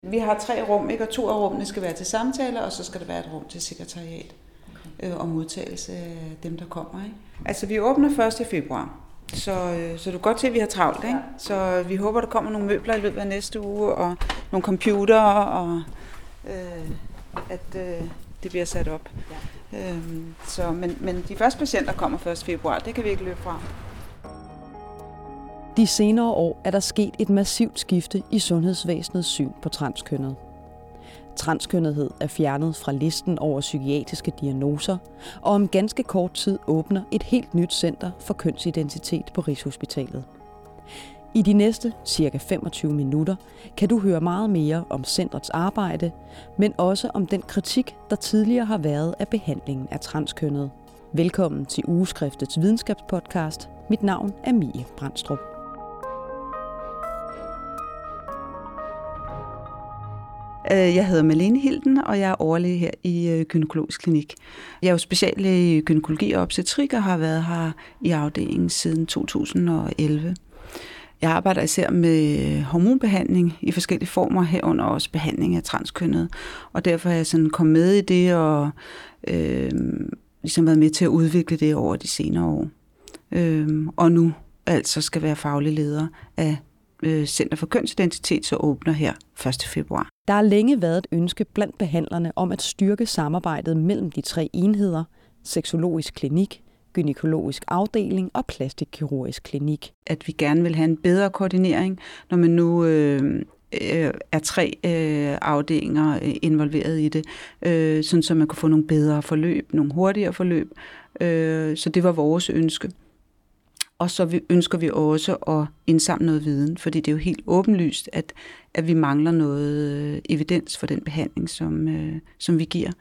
Vi har 3 rum, ikke? Og 2 af rummene skal være til samtaler, og så skal der være et rum til sekretariat og modtagelse af dem, der kommer. Ikke? Altså, vi åbner 1. februar, så du kan godt se, at vi har travlt. Ikke? Så vi håber, der kommer nogle møbler i løbet af næste uge, og nogle computere, og at det bliver sat op. Ja. Men de første patienter kommer 1. februar, det kan vi ikke løbe fra. De senere år er der sket et massivt skifte i sundhedsvæsenets syn på transkønnet. Transkønnethed er fjernet fra listen over psykiatriske diagnoser, og om ganske kort tid åbner et helt nyt center for kønsidentitet på Rigshospitalet. I de næste cirka 25 minutter kan du høre meget mere om centrets arbejde, men også om den kritik, der tidligere har været af behandlingen af transkønnet. Velkommen til Ugeskriftets videnskabspodcast. Mit navn er Mie Brandstrup. Jeg hedder Malene Hilden, og jeg er overlæge her i gynækologisk klinik. Jeg er jo speciallæge i gynækologi og obstetrik og har været her i afdelingen siden 2011. Jeg arbejder især med hormonbehandling i forskellige former, herunder også behandling af transkønnet. Og derfor har jeg sådan kommet med i det og ligesom været med til at udvikle det over de senere år. Og nu altså skal være faglig leder af Center for Kønsidentitet, så åbner her 1. februar. Der har længe været et ønske blandt behandlerne om at styrke samarbejdet mellem de 3 enheder, seksologisk klinik, gynækologisk afdeling og plastikkirurgisk klinik. At vi gerne vil have en bedre koordinering, når man nu er 3 afdelinger involveret i det, sådan så man kan få nogle bedre forløb, nogle hurtigere forløb. Så det var vores ønske. Og så ønsker vi også at indsamle noget viden, fordi det er jo helt åbenlyst, at vi mangler noget evidens for den behandling, som vi giver.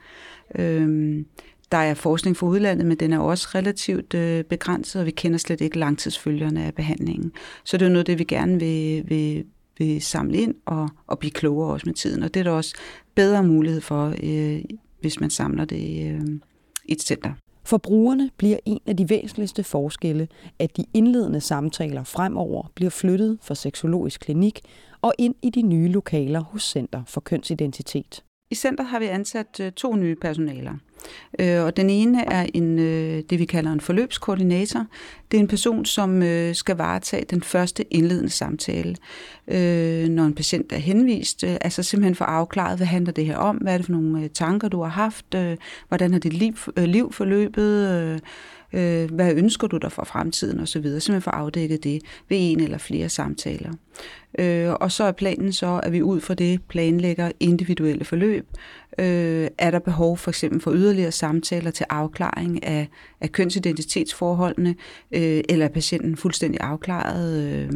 Der er forskning fra udlandet, men den er også relativt begrænset, og vi kender slet ikke langtidsfølgerne af behandlingen. Så det er noget, det vi gerne vil samle ind og blive klogere også med tiden. Og det er der også bedre mulighed for, hvis man samler det i et center. For brugerne bliver en af de væsentligste forskelle, at de indledende samtaler fremover bliver flyttet fra seksologisk klinik og ind i de nye lokaler hos Center for Kønsidentitet. I centret har vi ansat 2 nye personaler. Og den ene er det, vi kalder en forløbskoordinator. Det er en person, som skal varetage den første indledende samtale, når en patient er henvist. Altså simpelthen få afklaret, hvad handler det her om? Hvad er det for nogle tanker, du har haft? Hvordan har dit liv forløbet? Hvad ønsker du dig for fremtiden? Og så videre. Simpelthen få afdækket det ved en eller flere samtaler. Og så er planen så, at vi ud fra det planlægger individuelle forløb. Er der behov for eksempel for yderligere samtaler til afklaring af kønsidentitetsforholdene, eller er patienten fuldstændig afklaret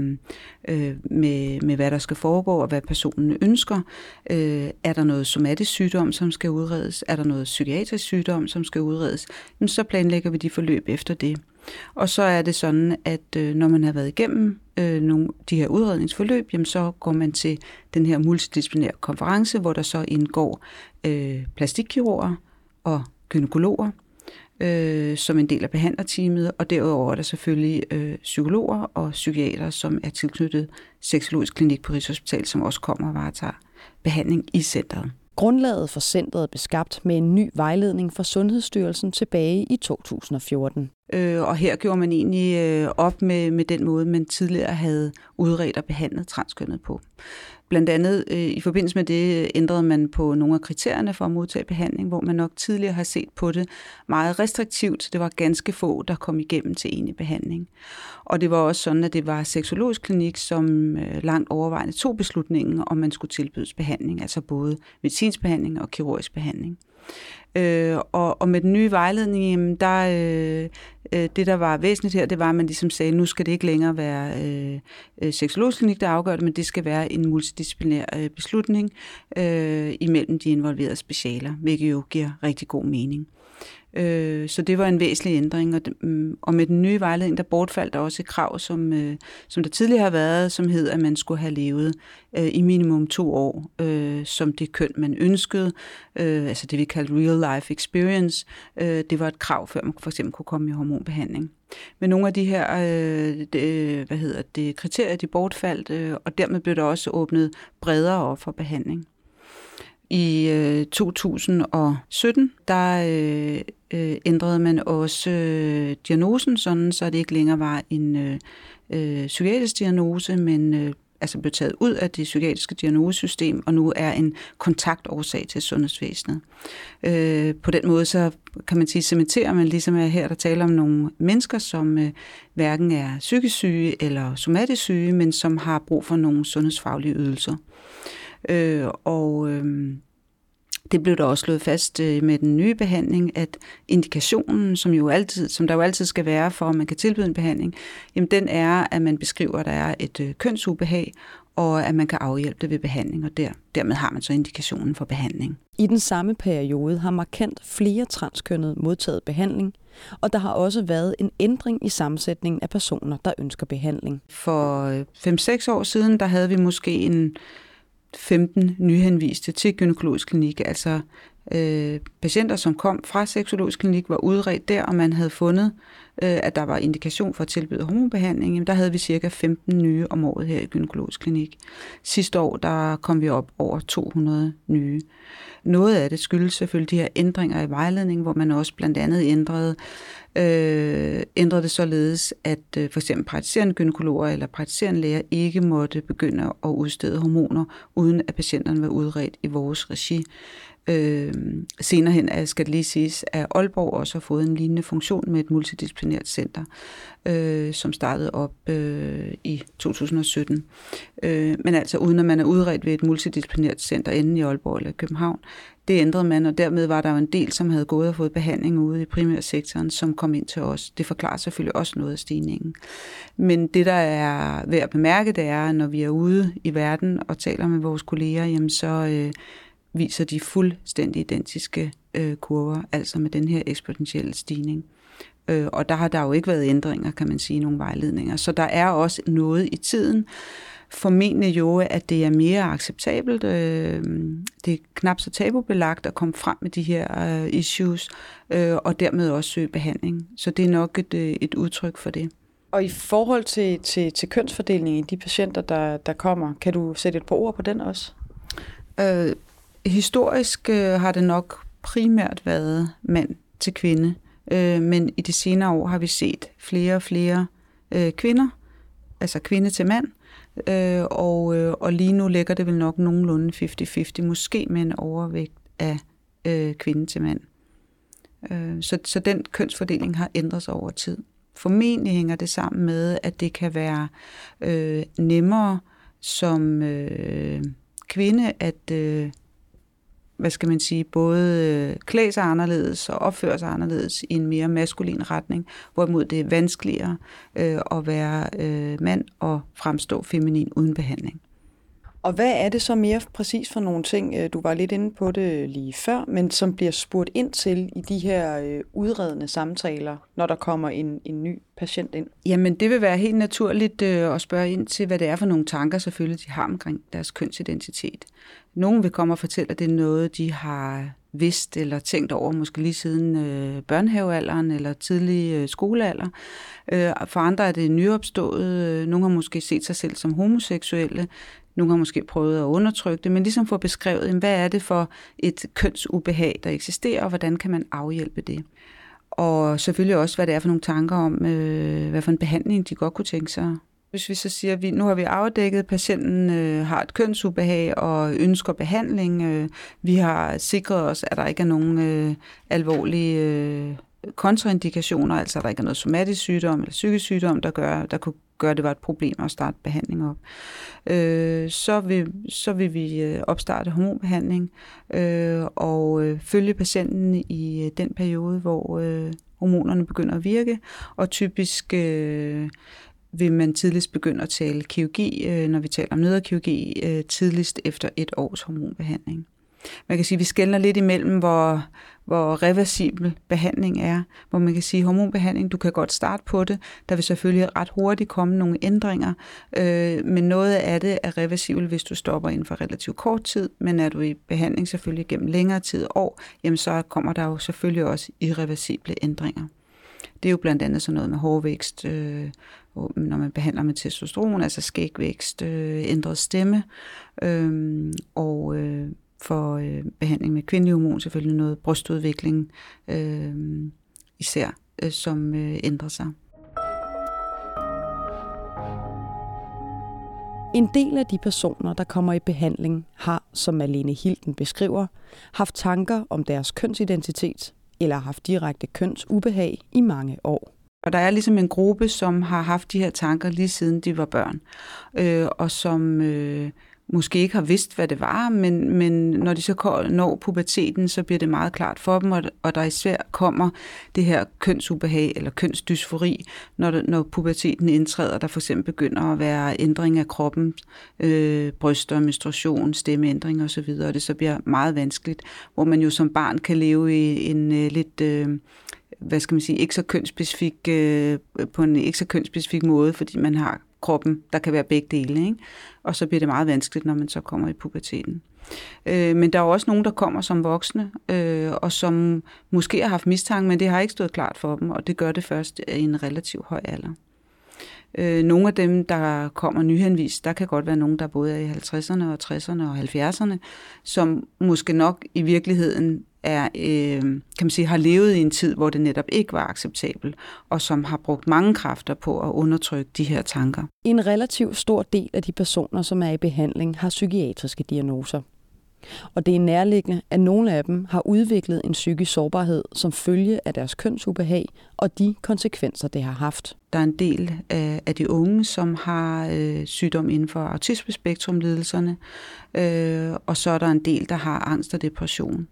med hvad der skal foregå, og hvad personen ønsker? Er der noget somatisk sygdom, som skal udredes? Er der noget psykiatrisk sygdom, som skal udredes? Jamen, så planlægger vi de forløb efter det. Og så er det sådan, at når man har været igennem de her udredningsforløb, jamen så går man til den her multidisciplinære konference, hvor der så indgår plastikkirurger og gynækologer som en del af behandlerteamet, og derudover er der selvfølgelig psykologer og psykiater, som er tilknyttet seksologisk klinik på Rigshospitalet, som også kommer og varetager behandling i centret. Grundlaget for centret blev skabt med en ny vejledning fra Sundhedsstyrelsen tilbage i 2014. Og her gjorde man egentlig op med den måde, man tidligere havde udredt og behandlet transkønnet på. Blandt andet i forbindelse med det ændrede man på nogle af kriterierne for at modtage behandling, hvor man nok tidligere har set på det meget restriktivt. Det var ganske få, der kom igennem til egentlig behandling. Og det var også sådan, at det var seksologisk klinik, som langt overvejende tog beslutningen, om man skulle tilbydes behandling, altså både medicinsk behandling og kirurgisk behandling. Og med den nye vejledning, det der var væsentligt her, det var, at man ligesom sagde, nu skal det ikke længere være seksologisk klinik, der afgør det, men det skal være en multidisciplinær beslutning imellem de involverede specialer, hvilket jo giver rigtig god mening. Så det var en væsentlig ændring, og med den nye vejledning, der bortfaldt der også et krav, som der tidligere har været, som hed, at man skulle have levet i minimum 2 år, som det køn, man ønskede, altså det vi kaldte real life experience. Det var et krav, før man for eksempel kunne komme i hormonbehandling. Men nogle af de her kriterier, de bortfaldt, og dermed blev der også åbnet bredere op for behandling. I 2017, der ændrede man også diagnosen, sådan, så det ikke længere var en psykiatrisk diagnose, men altså blev taget ud af det psykiatriske diagnosesystem, og nu er en kontaktårsag til sundhedsvæsenet. På den måde, så kan man sige, cementerer man ligesom her, der taler om nogle mennesker, som hverken er psykisk syge eller somatisk syge, men som har brug for nogle sundhedsfaglige ydelser. Det blev der også slået fast med den nye behandling, at indikationen, som der jo altid skal være for, at man kan tilbyde en behandling, jamen den er, at man beskriver, at der er et kønsubehag, og at man kan afhjælpe det ved behandling, og dermed har man så indikationen for behandling. I den samme periode har markant flere transkønnede modtaget behandling, og der har også været en ændring i sammensætningen af personer, der ønsker behandling. For 5-6 år siden, der havde vi måske en 15 nyhenviste til gynækologisk klinik, altså patienter, som kom fra sexologisk klinik, var udredt der, og man havde fundet, at der var indikation for at tilbyde hormonbehandling. Jamen, der havde vi cirka 15 nye om året her i gynækologisk klinik. Sidste år, der kom vi op over 200 nye. Noget af det skyldes selvfølgelig de her ændringer i vejledningen, hvor man også blandt andet ændrede det således, at for eksempel praktiserende gynækologer eller praktiserende læger ikke måtte begynde at udstede hormoner, uden at patienterne var udredt i vores regi. Senere hen skal det lige siges, at Aalborg også har fået en lignende funktion med et multidisciplinært center, som startede op i 2017. Men altså uden at man er udredt ved et multidisciplinært center enten i Aalborg eller København. Det ændrede man, og dermed var der jo en del, som havde gået og fået behandling ude i primærsektoren, som kom ind til os. Det forklarer selvfølgelig også noget af stigningen. Men det, der er værd at bemærke, det er, at når vi er ude i verden og taler med vores kolleger, jamen så viser de fuldstændig identiske kurver, altså med den her eksponentielle stigning. Og der har der jo ikke været ændringer, kan man sige, nogle vejledninger. Så der er også noget i tiden. Formentlig jo, at det er mere acceptabelt. Det er knap så tabubelagt at komme frem med de her issues, og dermed også søge behandling. Så det er nok et udtryk for det. Og i forhold til kønsfordelingen i de patienter, der kommer, kan du sætte et par ord på den også? Historisk har det nok primært været mand til kvinde, men i de senere år har vi set flere og flere kvinder, altså kvinde til mand, og lige nu ligger det vel nok nogenlunde 50-50, måske med en overvægt af kvinde til mand. Så den kønsfordeling har ændret sig over tid. Formentlig hænger det sammen med, at det kan være nemmere som kvinde at både klæde sig anderledes og opføre sig anderledes i en mere maskulin retning, hvorimod det er vanskeligere at være mand og fremstå feminin uden behandling. Og hvad er det så mere præcis for nogle ting, du var lidt inde på det lige før, men som bliver spurgt ind til i de her udredende samtaler, når der kommer en ny patient ind? Jamen det vil være helt naturligt at spørge ind til, hvad det er for nogle tanker selvfølgelig, de har omkring deres kønsidentitet. Nogle vil komme og fortælle, at det er noget, de har vidst eller tænkt over, måske lige siden børnehavealderen eller tidlig skolealder. For andre er det nyopstået. Nogle har måske set sig selv som homoseksuelle. Nogle har måske prøvet at undertrykke det, men ligesom få beskrevet, hvad er det for et kønsubehag, der eksisterer, og hvordan kan man afhjælpe det. Og selvfølgelig også, hvad det er for nogle tanker om, hvad for en behandling de godt kunne tænke sig. Hvis vi så siger, at nu har vi afdækket, at patienten har et kønsubehag og ønsker behandling. Vi har sikret os, at der ikke er nogen alvorlige kontraindikationer, altså at der ikke er noget somatisk sygdom eller psykisk sygdom, der kunne gøre, at det var et problem at starte behandling op. Så vil vi opstarte hormonbehandling og følge patienten i den periode, hvor hormonerne begynder at virke, og typisk vil man tidligst begynde at tale kirurgi, når vi taler om nederkirurgi, tidligst efter 1 års hormonbehandling. Man kan sige, at vi skelner lidt imellem, hvor reversibel behandling er, hvor man kan sige, at hormonbehandling, du kan godt starte på det. Der vil selvfølgelig ret hurtigt komme nogle ændringer, men noget af det er reversibel, hvis du stopper inden for relativt kort tid, men er du i behandling selvfølgelig gennem længere tid, år, jamen så kommer der jo selvfølgelig også irreversible ændringer. Det er jo blandt andet sådan noget med hårvækst, når man behandler med testosteron, altså skægvækst, ændret stemme, og for behandling med kvindelig hormon, selvfølgelig noget brystudvikling især, som ændrer sig. En del af de personer, der kommer i behandling, har, som Malene Hilden beskriver, haft tanker om deres kønsidentitet eller haft direkte kønsubehag i mange år. Og der er ligesom en gruppe, som har haft de her tanker lige siden de var børn, og som måske ikke har vidst, hvad det var, men når de så når puberteten, så bliver det meget klart for dem, og der især kommer det her kønsubehag eller kønsdysfori, når puberteten indtræder, der for eksempel begynder at være ændring af kroppen, bryster, menstruation, stemmeændring osv., og det så bliver meget vanskeligt, hvor man jo som barn kan leve i en lidt ikke så kønsspecifik, på en ikke så kønsspecifik måde, fordi man har kroppen, der kan være begge dele, ikke? Og så bliver det meget vanskeligt, når man så kommer i puberteten. Men der er også nogen, der kommer som voksne, og som måske har haft mistanke, men det har ikke stået klart for dem, og det gør det først i en relativt høj alder. Nogle af dem, der kommer nyhenvist, der kan godt være nogen, der både er i 50'erne og 60'erne og 70'erne, som måske nok i virkeligheden er, kan man sige, har levet i en tid, hvor det netop ikke var acceptabelt, og som har brugt mange kræfter på at undertrykke de her tanker. En relativt stor del af de personer, som er i behandling, har psykiatriske diagnoser. Og det er nærliggende, at nogle af dem har udviklet en psykisk sårbarhed som følge af deres kønsubehag og de konsekvenser, det har haft. Der er en del af de unge, som har sygdom inden for autismespektrumlidelserne, og så er der en del, der har angst og depression.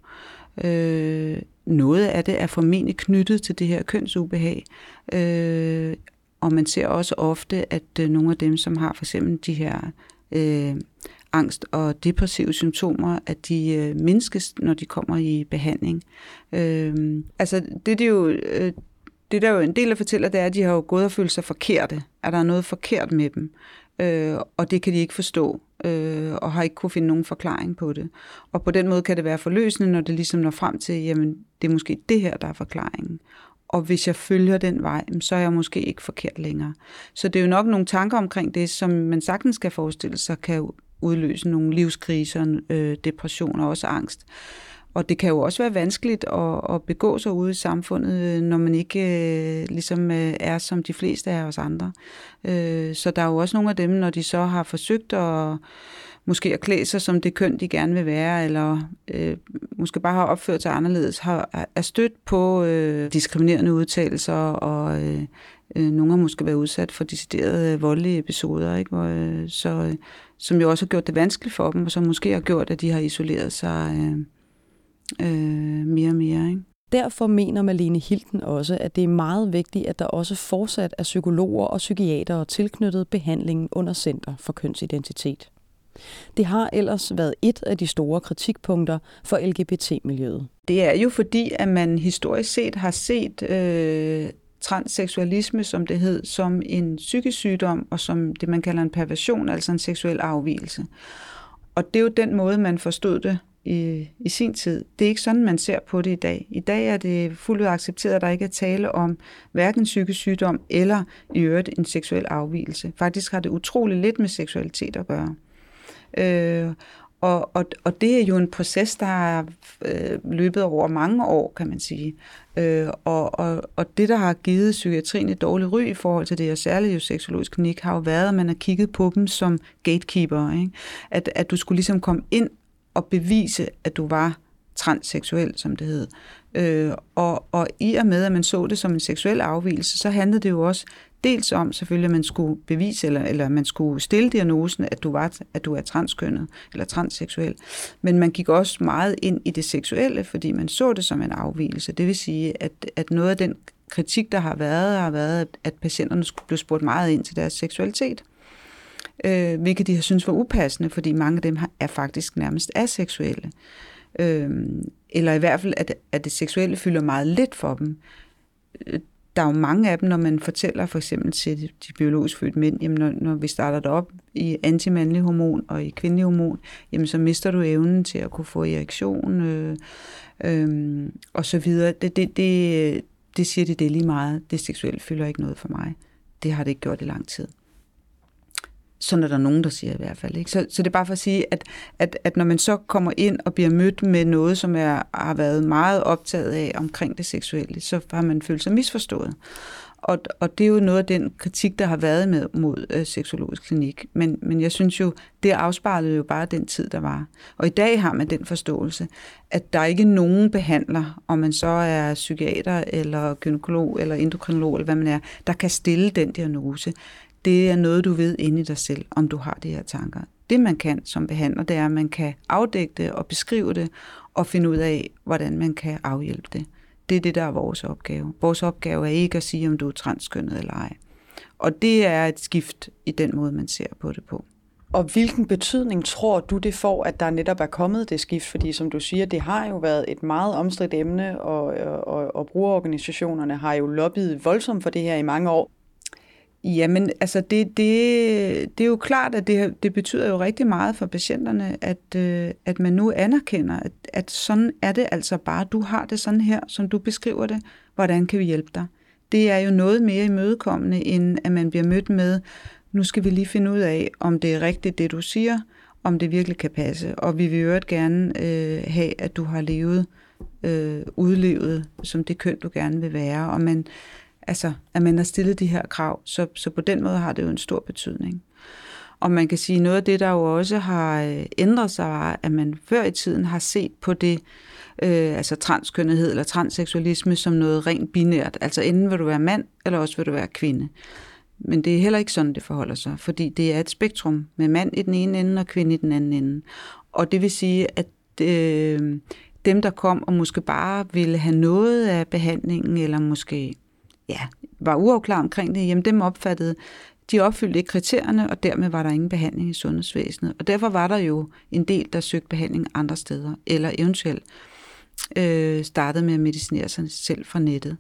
Noget af det er formentlig knyttet til det her kønsubehag, og man ser også ofte, at nogle af dem, som har for eksempel de her angst og depressive symptomer, at de mindskes, når de kommer i behandling. Det der jo en del, der fortæller, det er, at de har jo gået og følt sig forkerte. At der er noget forkert med dem. Og det kan de ikke forstå, og har ikke kunne finde nogen forklaring på det. Og på den måde kan det være forløsende, når det ligesom når frem til, jamen, det er måske det her, der er forklaringen. Og hvis jeg følger den vej, så er jeg måske ikke forkert længere. Så det er jo nok nogle tanker omkring det, som man sagtens kan forestille sig, kan udløse nogle livskriser, depression og også angst. Og det kan jo også være vanskeligt at begå sig ude i samfundet, når man ikke ligesom er som de fleste af os andre. Så der er jo også nogle af dem, når de så har forsøgt måske at klæde sig som det køn, de gerne vil være, eller måske bare har opført sig anderledes, er stødt på diskriminerende udtalelser, og nogle har måske været udsat for deciderede voldelige episoder, ikke? Som jo også har gjort det vanskeligt for dem, og som måske har gjort, at de har isoleret sig mere og mere, ikke? Derfor mener Malene Hilden også, at det er meget vigtigt, at der også fortsat er psykologer og psykiatere tilknyttet behandlingen under Center for Kønsidentitet. Det har ellers været et af de store kritikpunkter for LGBT-miljøet. Det er jo fordi, at man historisk set har set transseksualisme, som det hed, som en psykisk sygdom, og som det, man kalder en perversion, altså en seksuel afvigelse. Og det er jo den måde, man forstod det i sin tid. Det er ikke sådan, man ser på det i dag. I dag er det fuldt accepteret, at der ikke er tale om hverken psykisk sygdom eller i øvrigt en seksuel afvigelse. Faktisk har det utroligt lidt med seksualitet at gøre. Og det er jo en proces, der har løbet over mange år, kan man sige. Og det, der har givet psykiatrien et dårligt ry i forhold til det, og særligt jo Sexologisk Klinik, har jo været, at man har kigget på dem som gatekeeper, ikke? At du skulle ligesom komme ind og bevise, at du var transseksuel, som det hed. Og i og med, at man så det som en seksuel afvigelse, så handlede det jo også dels om selvfølgelig, at man skulle bevise, eller man skulle stille diagnosen, at du er transkønnet eller transseksuel. Men man gik også meget ind i det seksuelle, fordi man så det som en afvigelse. Det vil sige, at noget af den kritik, der har været, at patienterne skulle blive spurgt meget ind til deres seksualitet. Hvilket de har syntes var upassende, fordi mange af dem er faktisk nærmest aseksuelle. Eller i hvert fald, at det seksuelle fylder meget lidt for dem. Der er jo mange af dem, når man fortæller for eksempel til de biologisk fødte mænd, jamen når vi starter det op i antimandlig hormon og i kvindelig hormon, jamen så mister du evnen til at kunne få erektion og så videre. Det siger de, det er lige meget. Det seksuelle fylder ikke noget for mig. Det har det ikke gjort i lang tid. Sådan er der nogen, der siger i hvert fald. Ikke? Så det er bare for at sige, at når man så kommer ind og bliver mødt med noget, som har været meget optaget af omkring det seksuelle, så har man følt sig misforstået. Og det er jo noget af den kritik, der har været mod Sexologisk Klinik. Men jeg synes jo, det afspejlede jo bare den tid, der var. Og i dag har man den forståelse, at der ikke er nogen behandler, om man så er psykiater, eller gynækolog, eller endokrinolog, eller hvad man er, der kan stille den diagnose. Det er noget, du ved inde i dig selv, om du har de her tanker. Det, man kan som behandler, det er, at man kan afdække det og beskrive det, og finde ud af, hvordan man kan afhjælpe det. Det er det, der er vores opgave. Vores opgave er ikke at sige, om du er transkønnet eller ej. Og det er et skift i den måde, man ser på det på. Og hvilken betydning tror du, det får, at der netop er kommet det skift? Fordi som du siger, det har jo været et meget omstridt emne, og brugerorganisationerne har jo lobbyet voldsomt for det her i mange år. Jamen, altså det er jo klart, at det betyder jo rigtig meget for patienterne, at man nu anerkender, at sådan er det altså bare. Du har det sådan her, som du beskriver det. Hvordan kan vi hjælpe dig? Det er jo noget mere imødekommende, end at man bliver mødt med, nu skal vi lige finde ud af, om det er rigtigt, det du siger, om det virkelig kan passe. Og vi vil jo gerne have, at du har udlevet som det køn, du gerne vil være. Og at man har stillet de her krav, så på den måde har det jo en stor betydning. Og man kan sige, noget af det, der jo også har ændret sig, var, at man før i tiden har set på det, altså transkønnethed eller transseksualisme, som noget rent binært. Altså enten vil du være mand, eller også vil du være kvinde. Men det er heller ikke sådan, det forholder sig, fordi det er et spektrum med mand i den ene ende og kvinde i den anden ende. Og det vil sige, at dem, der kom og måske bare ville have noget af behandlingen, eller måske var uafklar omkring det, jamen dem de opfyldte ikke kriterierne, og dermed var der ingen behandling i sundhedsvæsenet. Og derfor var der jo en del, der søgte behandling andre steder, eller eventuelt startede med at medicinere sig selv fra nettet.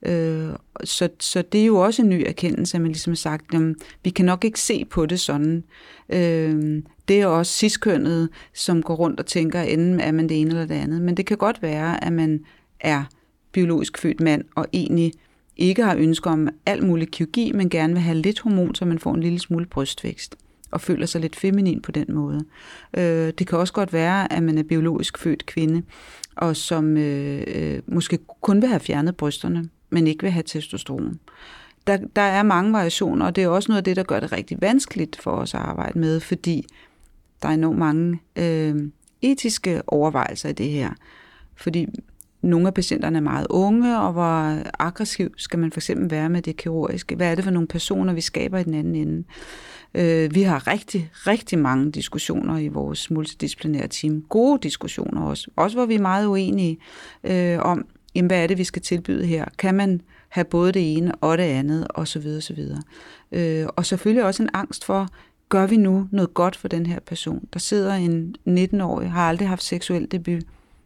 Så det er jo også en ny erkendelse, at man ligesom har sagt, jamen, vi kan nok ikke se på det sådan. Det er også ciskønnet, som går rundt og tænker, enten er man det ene eller det andet. Men det kan godt være, at man er biologisk født mand, og egentlig ikke har ønsker om alt mulig kirurgi, men gerne vil have lidt hormon, så man får en lille smule brystvækst, og føler sig lidt feminin på den måde. Det kan også godt være, at man er biologisk født kvinde, og som måske kun vil have fjernet brysterne, men ikke vil have testosteron. Der er mange variationer, og det er også noget af det, der gør det rigtig vanskeligt for os at arbejde med, fordi der er enormt mange etiske overvejelser i det her. Fordi nogle af patienterne er meget unge, og hvor aggressiv skal man for eksempel være med det kirurgiske? Hvad er det for nogle personer, vi skaber i den anden ende? Vi har rigtig, rigtig mange diskussioner i vores multidisciplinære team. Gode diskussioner også hvor vi er meget uenige om, jamen, hvad er det, vi skal tilbyde her? Kan man have både det ene og det andet, osv. osv. Og selvfølgelig også en angst for, gør vi nu noget godt for den her person? Der sidder en 19-årig, har aldrig haft seksuel debut.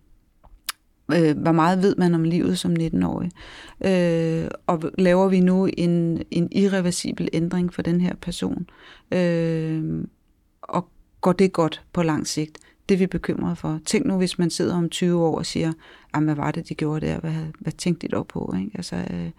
Hvor meget ved man om livet som 19-årig? Og laver vi nu en irreversibel ændring for den her person? Og går det godt på lang sigt? Det er vi bekymrede for. Tænk nu, hvis man sidder om 20 år og siger, hvad var det, de gjorde der? Hvad tænkte de dog på? Ikke? Altså,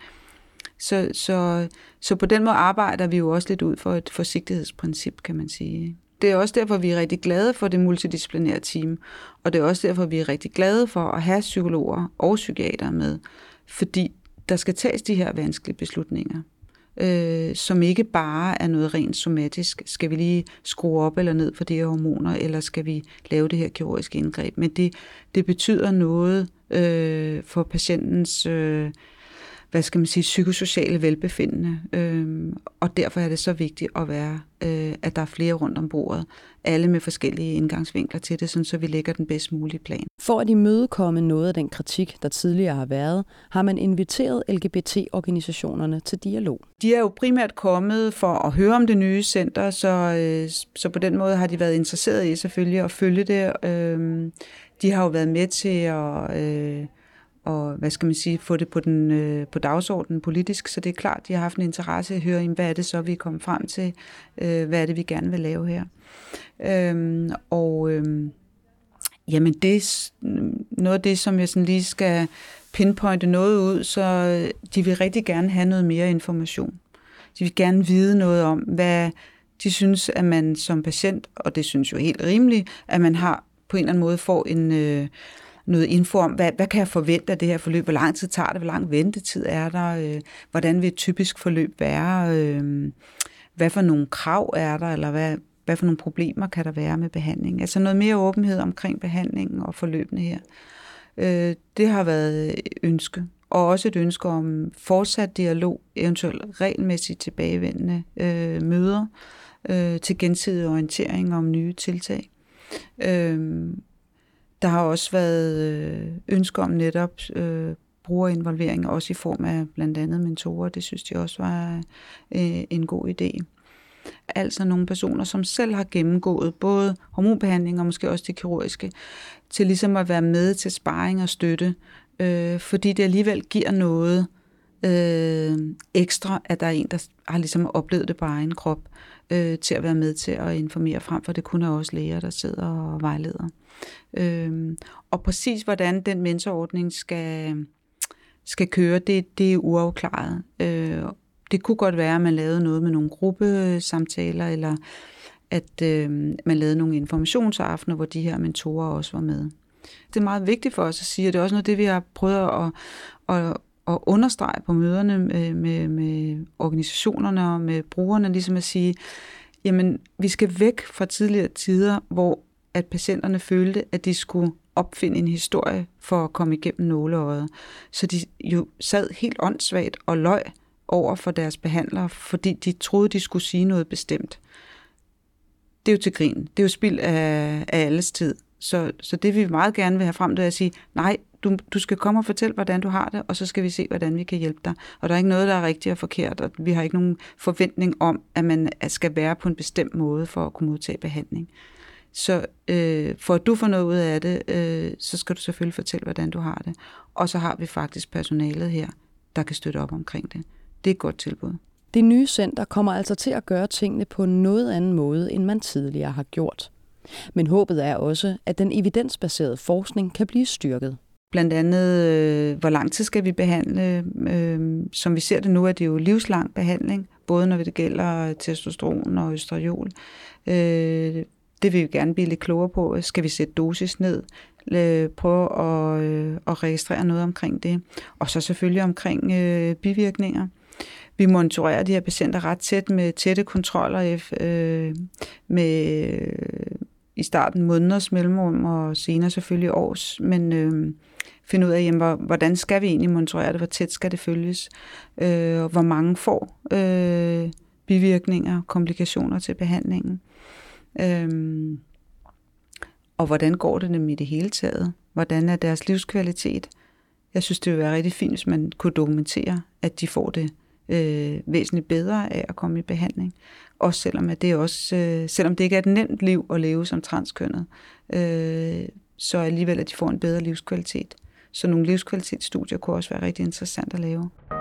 så på den måde arbejder vi jo også lidt ud for et forsigtighedsprincip, kan man sige. Det er også derfor, vi er rigtig glade for det multidisciplinære team, og det er også derfor, vi er rigtig glade for at have psykologer og psykiatere med, fordi der skal tages de her vanskelige beslutninger, som ikke bare er noget rent somatisk. Skal vi lige skrue op eller ned for de her hormoner, eller skal vi lave det her kirurgiske indgreb? Men det betyder noget for patientens psykosociale velbefindende. Og derfor er det så vigtigt at der er flere rundt om bordet, alle med forskellige indgangsvinkler til det, så vi lægger den bedst mulige plan. For at imødekomme noget af den kritik, der tidligere har været, har man inviteret LGBT-organisationerne til dialog. De er jo primært kommet for at høre om det nye center, så på den måde har de været interesserede i selvfølgelig at følge det. De har jo været med til og få det på dagsordenen politisk, så det er klart, de har haft en interesse i at høre, hvad er det så, vi er kommet frem til, hvad er det, vi gerne vil lave her. Jamen det er noget af det, som jeg sådan lige skal pinpointe noget ud, så de vil rigtig gerne have noget mere information. De vil gerne vide noget om, hvad De synes, at man som patient, og det synes jo helt rimeligt, at man har på en eller anden måde får noget info om, hvad kan jeg forvente af det her forløb, hvor lang tid tager det, hvor lang ventetid er der, hvordan vil et typisk forløb være, hvad for nogle krav er der, eller hvad for nogle problemer kan der være med behandling. Altså noget mere åbenhed omkring behandlingen og forløbene her. Det har været ønske, og også et ønske om fortsat dialog, eventuelt regelmæssigt tilbagevendende møder til gensidig orientering om nye tiltag. Der har også været ønsker om netop brugerinvolvering, også i form af blandt andet mentorer. Det synes de også var en god idé. Altså nogle personer, som selv har gennemgået både hormonbehandling og måske også det kirurgiske, til ligesom at være med til sparring og støtte, fordi det alligevel giver noget ekstra, at der er en, der har ligesom oplevet det på egen krop, til at være med til at informere frem, for det kun er også læger, der sidder og vejleder. Og præcis hvordan den mentorordning skal køre, det er uafklaret. Det kunne godt være, at man lavede noget med nogle gruppesamtaler, eller at man lavede nogle informationsaftener, hvor de her mentorer også var med. Det er meget vigtigt for os at sige, og det er også noget af det, vi har prøvet at understrege på møderne med organisationerne og med brugerne, ligesom at sige, jamen, vi skal væk fra tidligere tider, hvor at patienterne følte, at de skulle opfinde en historie for at komme igennem nåleøjet. Så de jo sad helt åndssvagt og løj over for deres behandlere, fordi de troede, de skulle sige noget bestemt. Det er jo til grin. Det er jo spild af alles tid. Så det vi meget gerne vil have frem, det er at sige, nej, du skal komme og fortælle, hvordan du har det, og så skal vi se, hvordan vi kan hjælpe dig. Og der er ikke noget, der er rigtigt og forkert, og vi har ikke nogen forventning om, at man skal være på en bestemt måde for at kunne modtage behandling. Så for at du får noget ud af det, så skal du selvfølgelig fortælle, hvordan du har det. Og så har vi faktisk personalet her, der kan støtte op omkring det. Det er et godt tilbud. Det nye center kommer altså til at gøre tingene på en noget anden måde, end man tidligere har gjort. Men håbet er også, at den evidensbaserede forskning kan blive styrket. Blandt andet, hvor lang tid skal vi behandle? Som vi ser det nu, er det jo livslang behandling, både når det gælder testosteron og østradiol. Det vil vi gerne blive lidt klogere på. Skal vi sætte dosis ned? Prøve at registrere noget omkring det. Og så selvfølgelig omkring bivirkninger. Vi monitorerer de her patienter ret tæt med tætte kontroller med i starten måneders mellemrum og senere selvfølgelig års, men finde ud af, jamen, hvordan skal vi egentlig monitorere det, hvor tæt skal det følges, og hvor mange får bivirkninger, komplikationer til behandlingen, og hvordan går det dem i det hele taget, hvordan er deres livskvalitet. Jeg synes, det ville være rigtig fint, hvis man kunne dokumentere, at de får det væsentligt bedre af at komme i behandling. Også selvom det ikke er et nemt liv at leve som transkønnet, så alligevel at de får en bedre livskvalitet. Så nogle livskvalitetsstudier kunne også være rigtig interessant at lave.